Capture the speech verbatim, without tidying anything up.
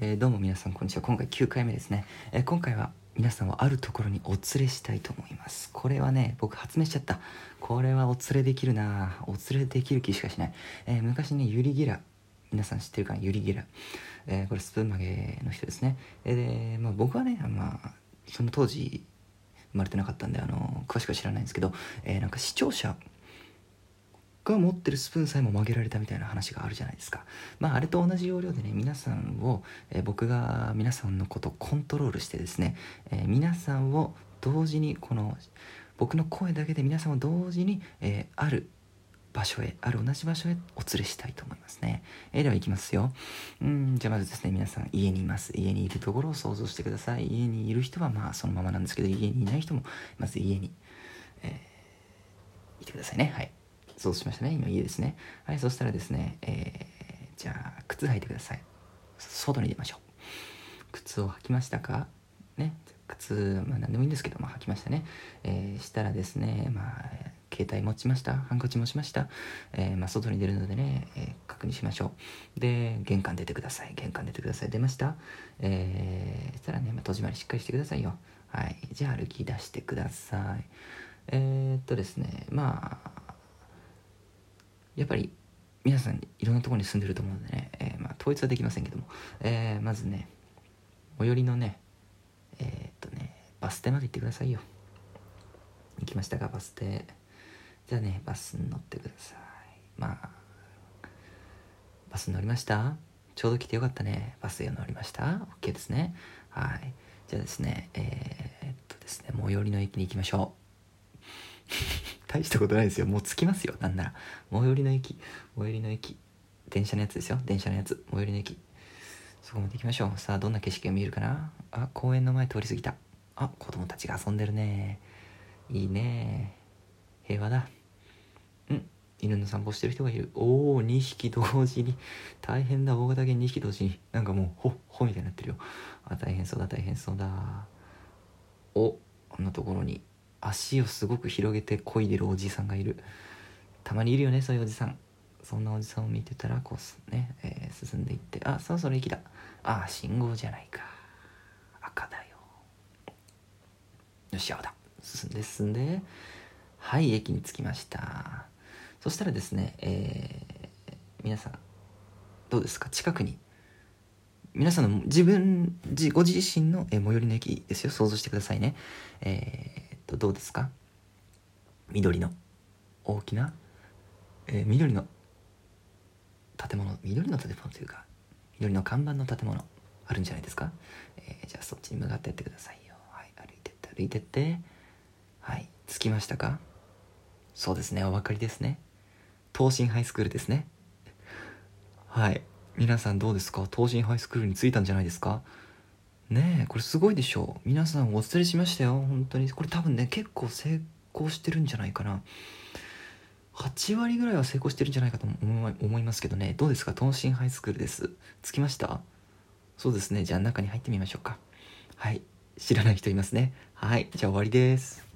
えー、どうも皆さんこんにちは。今回きゅうかいめですね、えー、今回は皆さんをあるところにお連れしたいと思います。これはね、僕発明しちゃった。これはお連れできるなお連れできる気しかしない。えー、昔ね、ユリギラ、皆さん知ってるかな、ユリギラ、えー、これスプーン曲げの人ですね。えー、で、まあ、僕はね、まあその当時生まれてなかったんであの詳しくは知らないんですけど、えー、なんか視聴者が持ってるスプーンさえも曲げられたみたいな話があるじゃないですか。まああれと同じ要領でね、皆さんを、えー、僕が皆さんのことをコントロールしてですね、えー、皆さんを同時にこの僕の声だけで皆さんを同時に、えー、ある場所へある同じ場所へお連れしたいと思いますね。えー、では行きますよ。うんじゃあまずですね、皆さん家にいます。家にいるところを想像してください。家にいる人はまあそのままなんですけど、家にいない人もまず家に、えー、いてくださいね。はい、そうしましたね。今家ですね。はい、そしたらですね、えー、じゃあ靴履いてください。外に出ましょう。靴を履きましたかね。靴、まあ何でもいいんですけど、まあ履きましたね。えー、したらですね、まあ携帯持ちました、ハンカチ持ちました、えー、まあ外に出るのでね、えー、確認しましょう。で、玄関出てください。玄関出てください。出ました。えー、したらね、まあ、戸締まりしっかりしてくださいよ。はい、じゃあ歩き出してください。えー、っとですね、まあやっぱり皆さんいろんなところに住んでると思うのでね、えー、まあ統一はできませんけども、えー、まずね、最寄りのね、えー、っとね、バス停まで行ってくださいよ。行きましたか、バス停。じゃあね、バスに乗ってください。まあ、バスに乗りました？ちょうど来てよかったね。バスへ乗りました？ OK ですね。はい。じゃあですね、えー、っとですね、最寄りの駅に行きましょう。大したことないですよ。もう着きますよ。なんなら。最寄りの駅。最寄りの駅。電車のやつですよ。電車のやつ。最寄りの駅。そこまで行きましょう。さあ、どんな景色が見えるかな？あ、公園の前通り過ぎた。あ、子供たちが遊んでるね。いいね。平和だ。うん。犬の散歩してる人がいる。おー、にひき同時に。大変だ。大型犬にひき同時に。なんかもう、ほ、ほみたいになってるよ。あ、大変そうだ、大変そうだ。お、あんなところに。足をすごく広げて漕いでるおじさんがいる。たまにいるよね、そういうおじさん。そんなおじさんを見てたらこうね、えー、進んでいって、あ、そろそろ駅だ。あ、信号じゃないか。赤だよ。よし、青だ。進んで進んで、はい、駅に着きました。そしたらですね、えー、皆さんどうですか？近くに皆さんの自分ご自身の最寄りの駅ですよ。想像してくださいね。えー、っとどうですか？緑の大きな、えー、緑の建物、緑の建物というか緑の看板の建物あるんじゃないですか？えー、じゃあそっちに向かってやってくださいよ。はい、歩いてって歩いてって、はい、着きましたか？そうですね、お分かりですね。東進ハイスクールですね。はい、皆さんどうですか？東進ハイスクールに着いたんじゃないですかね。え、これすごいでしょう。皆さんお連れしましたよ。本当にこれ多分ね、結構成功してるんじゃないかな。はちわりぐらいは成功してるんじゃないかと思いますけどね。どうですか？東進ハイスクールです。着きました？そうですね。じゃあ中に入ってみましょうか。はい、知らない人いますね。はい、じゃあ終わりです。